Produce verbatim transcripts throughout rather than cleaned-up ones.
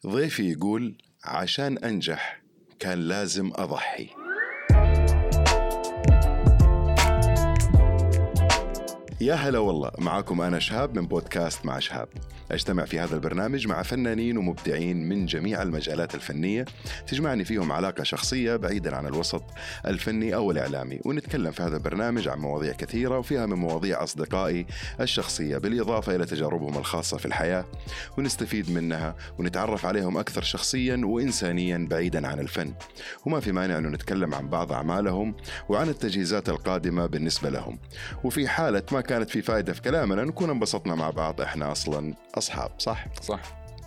ضيفي يقول عشان أنجح كان لازم أضحي. يا هلا والله، معاكم أنا شهاب من بودكاست مع شهاب. أجتمع في هذا البرنامج مع فنانين ومبدعين من جميع المجالات الفنية، تجمعني فيهم علاقة شخصية بعيدا عن الوسط الفني أو الإعلامي، ونتكلم في هذا البرنامج عن مواضيع كثيرة، وفيها من مواضيع أصدقائي الشخصية بالإضافة إلى تجاربهم الخاصة في الحياة، ونستفيد منها ونتعرف عليهم أكثر شخصيا وإنسانيا بعيدا عن الفن. وما في مانع أنه نتكلم عن بعض أعمالهم وعن التجهيزات القادمة بالنسبة لهم، وفي حالة ما كانت في فائدة في كلامنا نكون انبسطنا مع بعض، احنا اصلا اصحاب. صح صح.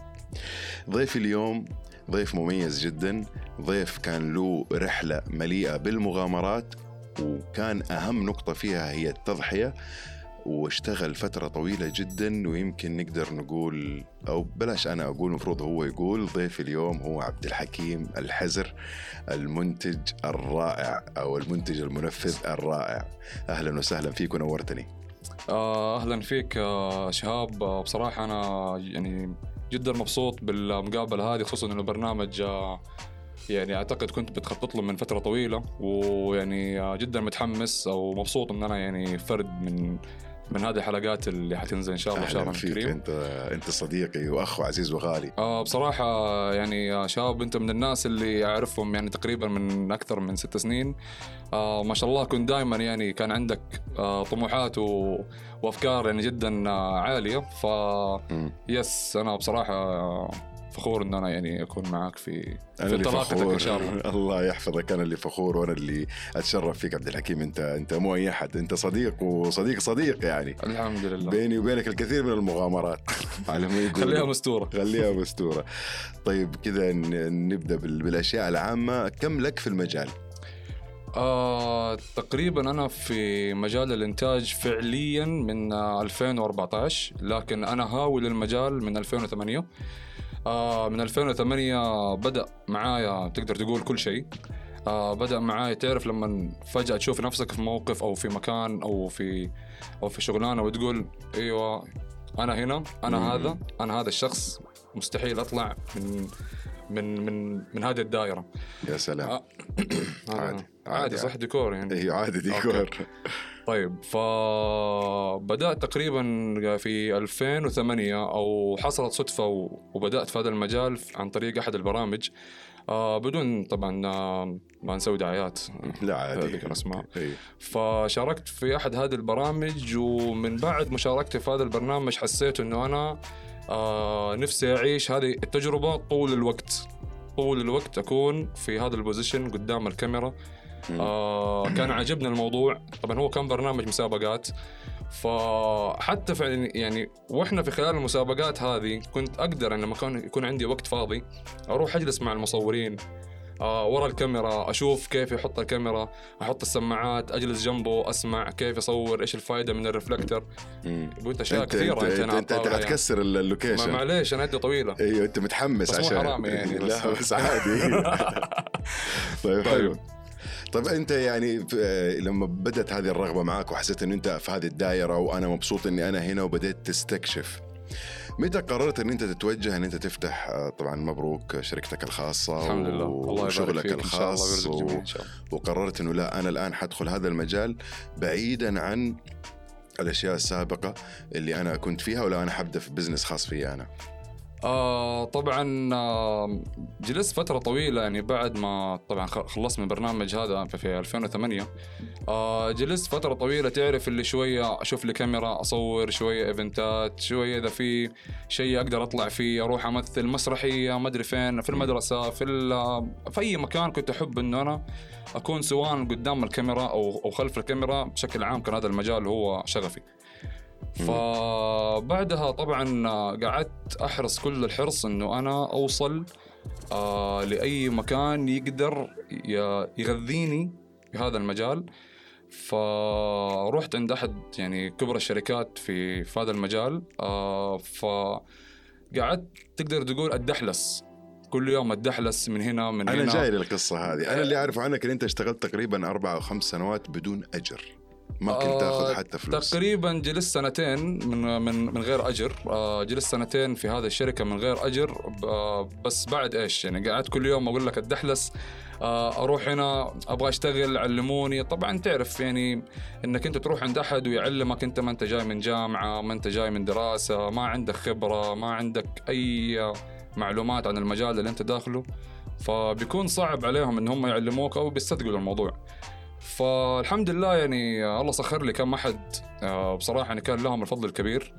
ضيف اليوم ضيف مميز جدا، ضيف كان له رحلة مليئة بالمغامرات، وكان اهم نقطة فيها هي التضحية، واشتغل فترة طويلة جدا. ويمكن نقدر نقول، أو بلاش أنا أقول، مفروض هو يقول، ضيف اليوم هو عبد الحكيم الحزر، المنتج الرائع أو المنتج المنفذ الرائع. أهلا وسهلا فيك ونورتني. أهلا فيك شهاب. بصراحة أنا يعني جدا مبسوط بالمقابلة هذه، خصوصا إنه البرنامج يعني أعتقد كنت بتخطط له من فترة طويلة، ويعني جدا متحمس أو مبسوط إن أنا يعني فرد من من هذه الحلقات اللي حتنزل إن شاء الله شهر كريم. أنت أنت صديقي وأخ عزيز وغالي. آه بصراحة يعني شباب، أنت من الناس اللي أعرفهم يعني تقريبا من أكثر من ست سنين. آه ما شاء الله، كنت دائما يعني كان عندك آه طموحات و... وأفكار يعني جدا آه عالية. ف يس أنا بصراحة آه فخور إن أنا يعني أكون معك في في انطلاقتك إن شاء الله. الله يحفظك. أنا اللي فخور وأنا اللي أتشرف فيك عبد الحكيم. أنت أنت مو أي أحد، أنت صديق وصديق صديق يعني. الحمد لله. بيني وبينك الكثير من المغامرات على ما يقول. خليها مستورة. خليها مستورة. طيب كذا نبدأ بالأشياء العامة. كم لك في المجال؟ آه تقريبا أنا في مجال الإنتاج فعليا من آه ألفين وأربعة عشر، لكن أنا هاوي للمجال من ألفين وثمانية. آه من ألفين وثمانية بدأ معايا تقدر تقول كل شيء. آه بدأ معايا، تعرف لما فجأة تشوف نفسك في موقف أو في مكان أو في أو في شغلانة وتقول أيوة أنا هنا، أنا مم. هذا أنا هذا الشخص، مستحيل أطلع من من من من هذه الدائرة. يا سلام. آه عادي. عادي عادي صح، ديكور يعني. ايوه عادي ديكور. أوكي. طيب فبدأت تقريبا في ألفين وثمانية، أو حصلت صدفة وبدأت في هذا المجال عن طريق أحد البرامج، آه بدون طبعا آه ما نسوي دعايات، لا عادي ذكر اسماء. فشاركت في أحد هذه البرامج، ومن بعد مشاركتي في هذا البرنامج حسيت إنه أنا آه نفسي أعيش هذه التجربة طول الوقت. طول الوقت أكون في هذا البوزيشن قدام الكاميرا. آه كان عجبني الموضوع. طبعا هو كان برنامج مسابقات، فحتى في يعني واحنا في خلال المسابقات هذه كنت أقدر أن لما كان يكون عندي وقت فاضي أروح أجلس مع المصورين آه ورا الكاميرا، أشوف كيف يحط الكاميرا، أحط السماعات، أجلس جنبه أسمع كيف يصور، إيش الفائدة من الرفلكتر. قلت أشياء كثيرة. أنت أنت, انت هتكسر يعني اللوكيشن. معليش أنا يدي طويلة. أيوة أنت متحمس عشان حرام يعني. لا بس عادي. طيب حلو. طيب أنت يعني لما بدأت هذه الرغبة معك وحسيت أن أنت في هذه الدائرة وأنا مبسوط أني أنا هنا، وبدأت تستكشف، متى قررت أن أنت تتوجه أن أنت تفتح؟ طبعا مبروك شركتك الخاصة. الحمد لله. وشغلك الخاص و... وقررت أنه لا، أنا الآن حدخل هذا المجال بعيدا عن الأشياء السابقة اللي أنا كنت فيها، ولا أنا حبدأ في بزنس خاص فيه أنا. آه طبعا آه جلست فترة طويلة يعني بعد ما طبعا خلصت من برنامج هذا في ألفين وثمانية. آه جلست فترة طويلة، تعرف اللي شوية أشوف لي كاميرا، أصور شوية إيفنتات، شوية إذا في شيء أقدر أطلع فيه، أروح أمثل مسرحية ما أدري فين، في المدرسة، في في أي مكان كنت أحب إنه أنا أكون سواء قدام الكاميرا أو أو خلف الكاميرا. بشكل عام كان هذا المجال هو شغفي. فبعدها طبعا قعدت أحرص كل الحرص إنه أنا أوصل آه لأي مكان يقدر يغذيني في هذا المجال. فرحت عند أحد يعني كبرى الشركات في في هذا المجال. آه فقعدت تقدر تقول أدحلس كل يوم، أدحلس من هنا من أنا هنا. أنا جاي للقصة هذه. أنا اللي أعرف عنك إن أنت اشتغلت تقريبا أربع أو خمس سنوات بدون أجر. ما كنت تاخذ حتى فلوس؟ تقريبا جلست سنتين من من من غير اجر. جلست سنتين في هذه الشركه من غير اجر. بس بعد ايش يعني قعدت كل يوم اقول لك الدحلس، اروح هنا ابغى اشتغل علموني. طبعا تعرف يعني انك انت تروح عند احد ويعلمك، انت ما انت جاي من جامعه، ما انت جاي من دراسه، ما عندك خبره، ما عندك اي معلومات عن المجال اللي انت داخله، فبيكون صعب عليهم ان هم يعلموك او بيستثقلوا الموضوع. فالحمد لله يعني الله سخر لي كم أحد بصراحة يعني كان لهم الفضل الكبير.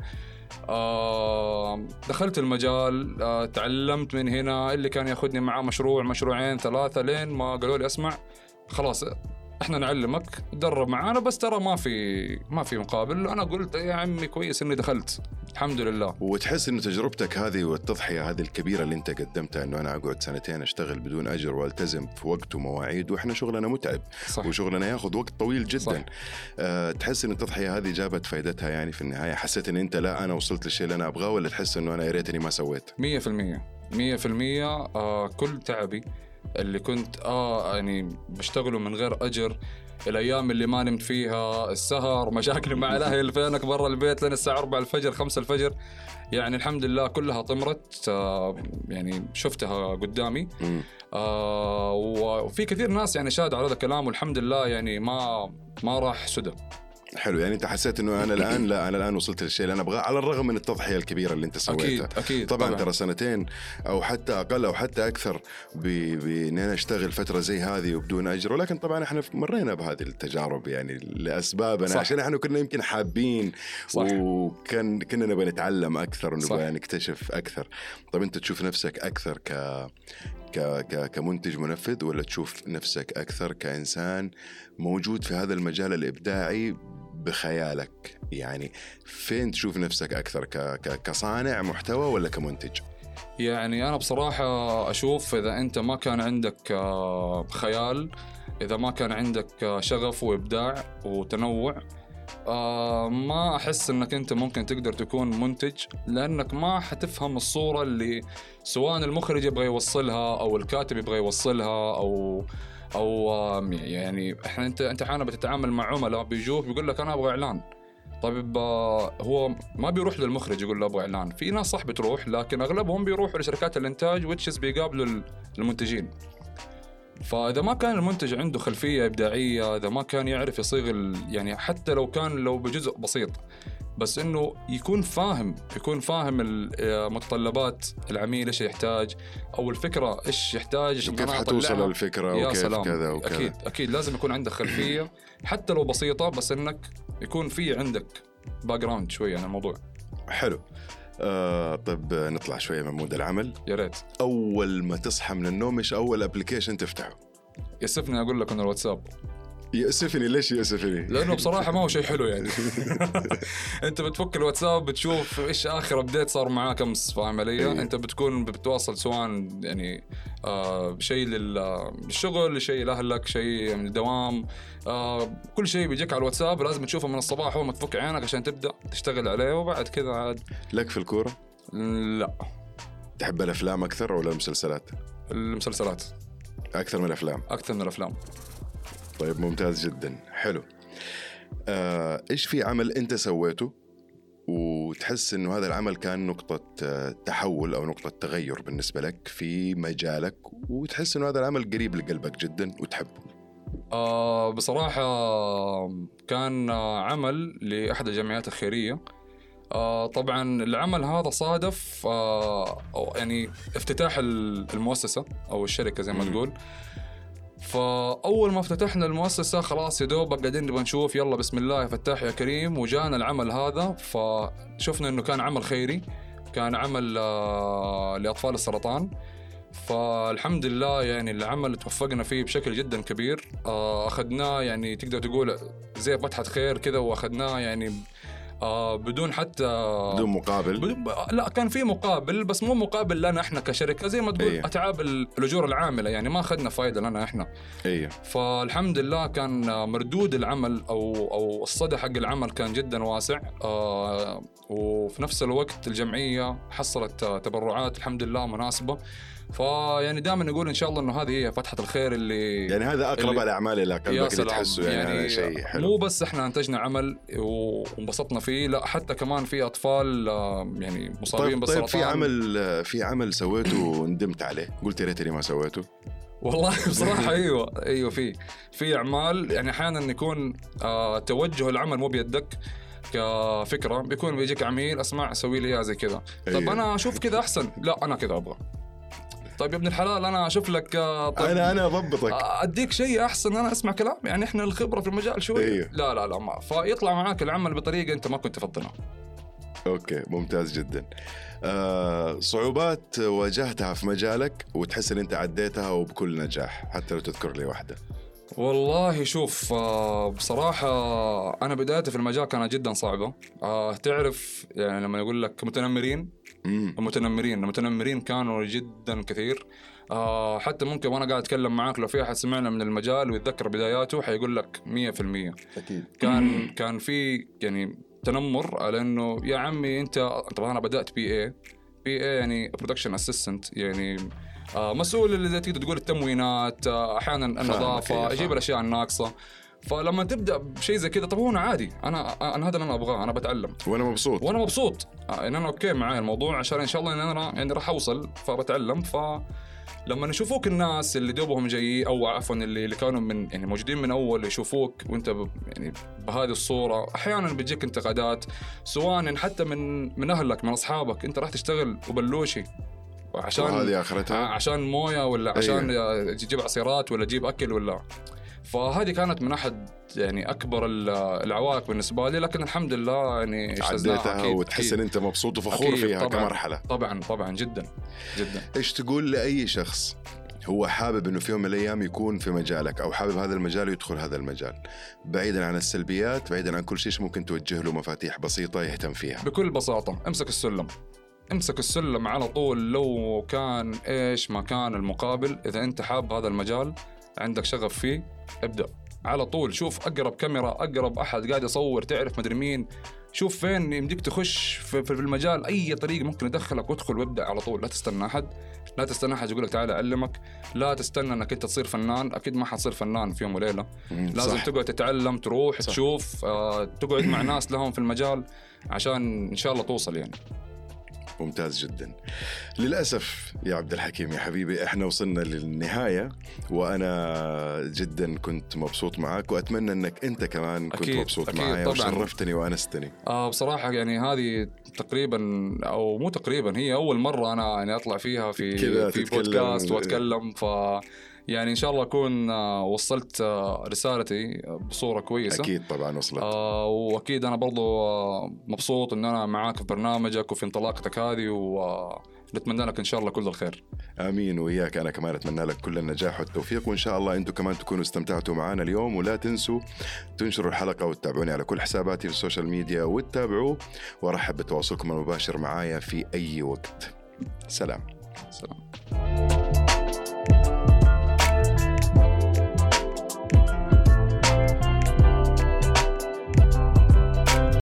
دخلت المجال، تعلمت من هنا. اللي كان ياخدني معاه مشروع مشروعين ثلاثة لين ما قالوا لي اسمع خلاص احنا نعلمك تدرب معانا، بس ترى ما في ما في مقابل. انا قلت يا عمي كويس اني دخلت الحمد لله. وتحس انه تجربتك هذه والتضحيه هذه الكبيره اللي انت قدمتها، انه انا اقعد سنتين اشتغل بدون اجر والتزم في وقت ومواعيد، واحنا شغلنا متعب صح. وشغلنا ياخذ وقت طويل جدا. أه تحس ان التضحيه هذه جابت فائدتها يعني في النهايه؟ حسيت ان انت لا انا وصلت للشيء اللي انا ابغاه، ولا تحس انه انا يا ريتني ما سويت؟ مية في المية مية في المية. آه كل تعبي اللي كنت آه يعني بشتغله من غير أجر، الأيام اللي ما نمت فيها، السهر، مشاكل مع الأهل، فينك برا البيت لين الساعة أربعة الفجر خمسة الفجر، يعني الحمد لله كلها طمرت. آه يعني شفتها قدامي. آه وفي كثير ناس يعني شاهدوا على هذا الكلام، والحمد لله يعني ما ما راح سدى. حلو، يعني انت حسيت انه انا الان لا انا الان وصلت للشيء اللي انا ابغاه، على الرغم من التضحيه الكبيره اللي انت سويتها. اكيد اكيد طبعا, طبعا. ترى سنتين او حتى اقل او حتى اكثر بان انا اشتغل فتره زي هذه وبدون اجر، ولكن طبعا احنا مرينا بهذه التجارب يعني لاسبابنا، عشان احنا كنا يمكن حابين صح. وكان كنا نبغى نتعلم اكثر ونبغى نكتشف اكثر. طب انت تشوف نفسك اكثر ك ك كمنتج منفذ، ولا تشوف نفسك اكثر كانسان موجود في هذا المجال الابداعي بخيالك؟ يعني فين تشوف نفسك أكثر، ك... ك... كصانع محتوى ولا كمنتج؟ يعني أنا بصراحة أشوف إذا أنت ما كان عندك خيال، إذا ما كان عندك شغف وإبداع وتنوع، ما أحس أنك أنت ممكن تقدر تكون منتج، لأنك ما حتفهم الصورة اللي سواء المخرج يبغى يوصلها أو الكاتب يبغى يوصلها أو او يعني احنا انت انت حانا بتتعامل مع عملاء بيجوك بيقول لك انا ابغى اعلان. طيب هو ما بيروح للمخرج يقول له ابغى اعلان، في ناس صح بتروح، لكن اغلبهم بيروحوا لشركات الانتاج وتشز بيقابلوا المنتجين. فاذا ما كان المنتج عنده خلفيه ابداعيه، اذا ما كان يعرف يصيغ يعني حتى لو كان لو بجزء بسيط، بس انه يكون فاهم يكون فاهم متطلبات العميل ايش يحتاج، او الفكره ايش يحتاج، كيف حتوصل الفكره وكيف كذا وكذا. اكيد اكيد لازم يكون عندك خلفيه حتى لو بسيطه، بس انك يكون في عندك باك جراوند شويه عن الموضوع. حلو. آه طيب نطلع شويه من مود العمل. يا ريت. اول ما تصحى من النوم ايش اول ابلكيشن تفتحه؟ يسفني اقول لك انه الواتساب. يأسفني. ليش يأسفني؟ لأنه بصراحة ما هو شيء حلو يعني. أنت بتفك الواتساب بتشوف إيش آخر أبديت صار معاك أمس، فاهم علي؟ أنت بتكون بتواصل سواء يعني آه شيء للشغل، شيء لأهلك، شيء من الدوام، آه كل شيء بيجيك على الواتساب لازم تشوفه من الصباح أول ما تفك عينك عشان تبدأ تشتغل عليه، وبعد كذا عاد. لك في الكورة؟ لا. تحب الأفلام أكثر ولا المسلسلات؟ المسلسلات أكثر من الأفلام؟ أكثر من الأفلام. طيب ممتاز جدا. حلو. آه، إيش في عمل أنت سويته وتحس إنه هذا العمل كان نقطة تحول أو نقطة تغير بالنسبة لك في مجالك، وتحس إنه هذا العمل قريب لقلبك جدا وتحبه؟ آه بصراحة كان عمل لأحد الجمعيات الخيرية. آه طبعا العمل هذا صادف آه أو يعني افتتاح المؤسسة أو الشركة زي ما تقول. فأول ما افتتحنا المؤسسة خلاص يا دوب قاعدين نبغى نشوف يلا بسم الله يا فتاح يا كريم، وجانا العمل هذا. فشفنا إنه كان عمل خيري، كان عمل آه لأطفال السرطان. فالحمد لله يعني العمل توفقنا فيه بشكل جدا كبير. آه أخذناه يعني تقدر تقول زي فتحة خير كذا، وأخذناه يعني آه بدون حتى بدون مقابل بدون لا كان في مقابل بس مو مقابل لنا احنا كشركه زي ما تقول أيه. اتعاب الاجور العامله يعني ما اخذنا فايده لنا احنا. ايوه فالحمد لله كان مردود العمل او او الصدى حق العمل كان جدا واسع. آه وفي نفس الوقت الجمعيه حصلت تبرعات الحمد لله مناسبه. فيعني دائما نقول ان شاء الله انه هذه هي فتحه الخير اللي يعني هذا اقرب اللي الاعمال الى قلبك اللي تحسه يعني, يعني شيء حلو. مو بس احنا انتجنا عمل وانبسطنا فيه لا حتى كمان في اطفال يعني مصابين طيب بالسرطان. طيب في عمل في عمل سويته وندمت عليه قلت يا ريتني ما سويته؟ والله بصراحه ايوه ايوه في في اعمال يعني احيانا يكون آه توجه العمل مو بيدك كفكره بيكون بيجيك عميل اسمع سوي لي اياه زي كذا. طب أيوه. انا اشوف كذا احسن لا انا كذا ابغى. طيب يا ابن الحلال انا اشوف لك طيب انا انا اضبطك اديك شيء احسن انا اسمع كلام يعني احنا الخبره في المجال شوي. أيوه. لا لا لا ما فيطلع معاك العمل بطريقه انت ما كنت تفضلها. اوكي ممتاز جدا. آه صعوبات واجهتها في مجالك وتحس ان انت عديتها وبكل نجاح حتى لو تذكر لي واحده؟ والله شوف بصراحة أنا بدايتي في المجال كانت جدا صعبة. تعرف يعني لما يقول لك متنمرين مم. المتنمرين المتنمرين كانوا جدا كثير. حتى ممكن وأنا قاعد أتكلم معاك لو في أحد سمعنا من المجال ويتذكر بداياته حيقول لك مية في المية أكيد. كان كان في يعني تنمر على إنه يا عمي أنت طبعا أنا بدأت بي إيه بي إيه يعني برودكشن أسيستنت يعني آه مسؤول اللي زي تقدر تقول التموينات آه احيانا النظافه يجيب الاشياء الناقصه. فلما تبدا بشيء زي كذا طب هو انا عادي انا انا هذا اللي انا ابغاه انا بتعلم وانا مبسوط وانا مبسوط آه ان انا اوكي معي الموضوع عشان ان شاء الله ان انا يعني راح اوصل فبتعلم. فلما يشوفوك الناس اللي دوبهم جاي او عفوا اللي اللي كانوا من يعني موجودين من اول يشوفوك وانت ب يعني بهذه الصوره احيانا بيجيك انتقادات سواء حتى من من اهلك من اصحابك انت راح تشتغل وبلوشي عشان هذه آخرتها عشان مويه ولا عشان أيه. تجيب عصيرات ولا تجيب أكل ولا. فهذه كانت من أحد يعني أكبر العوائق بالنسبة لي لكن الحمد لله يعني عديتها وتحس إن أنت مبسوط وفخور فيها طبعًا كمرحلة. طبعا طبعا جدا جدا. إيش تقول لأي شخص هو حابب إنه في يوم من الأيام يكون في مجالك أو حابب هذا المجال ويدخل هذا المجال بعيدا عن السلبيات بعيدا عن كل شيء ممكن توجه له مفاتيح بسيطة يهتم فيها؟ بكل بساطة امسك السلم امسك السلم على طول. لو كان إيش ما كان المقابل إذا أنت حاب هذا المجال عندك شغف فيه ابدأ على طول. شوف أقرب كاميرا أقرب أحد قاعد يصور تعرف مدري مين شوف فين يمديك تخش في, في المجال أي طريق ممكن يدخلك وادخل وابدأ على طول. لا تستنى أحد لا تستنى أحد يقولك تعال أعلمك لا تستنى أنك أنت تصير فنان أكيد ما حتصير فنان في يوم وليلة. لازم صح. تقعد تتعلم تروح صح. تشوف آه، تقعد مع ناس لهم في المجال عشان إن شاء الله توصل يعني. ممتاز جدا. للأسف يا عبد الحكيم يا حبيبي احنا وصلنا للنهاية وأنا جدا كنت مبسوط معك وأتمنى أنك أنت كمان كنت مبسوط معي وشرفتني وأنستني. آه بصراحة يعني هذه تقريبا أو مو تقريبا هي أول مرة أنا يعني أطلع فيها في في بودكاست وأتكلم ف يعني إن شاء الله أكون وصلت رسالتي بصورة كويسة. أكيد طبعا وصلت. آه وأكيد أنا برضو مبسوط إن أنا معاك في برنامجك وفي انطلاقتك هذه ونتمنى لك إن شاء الله كل الخير. آمين وإياك أنا كمان أتمنى لك كل النجاح والتوفيق وإن شاء الله أنتم كمان تكونوا استمتعتوا معنا اليوم. ولا تنسوا تنشروا الحلقة وتتابعوني على كل حساباتي في السوشيال ميديا وتتابعوا وأرحب بتواصلكم المباشر معايا في أي وقت. سلام. سلام.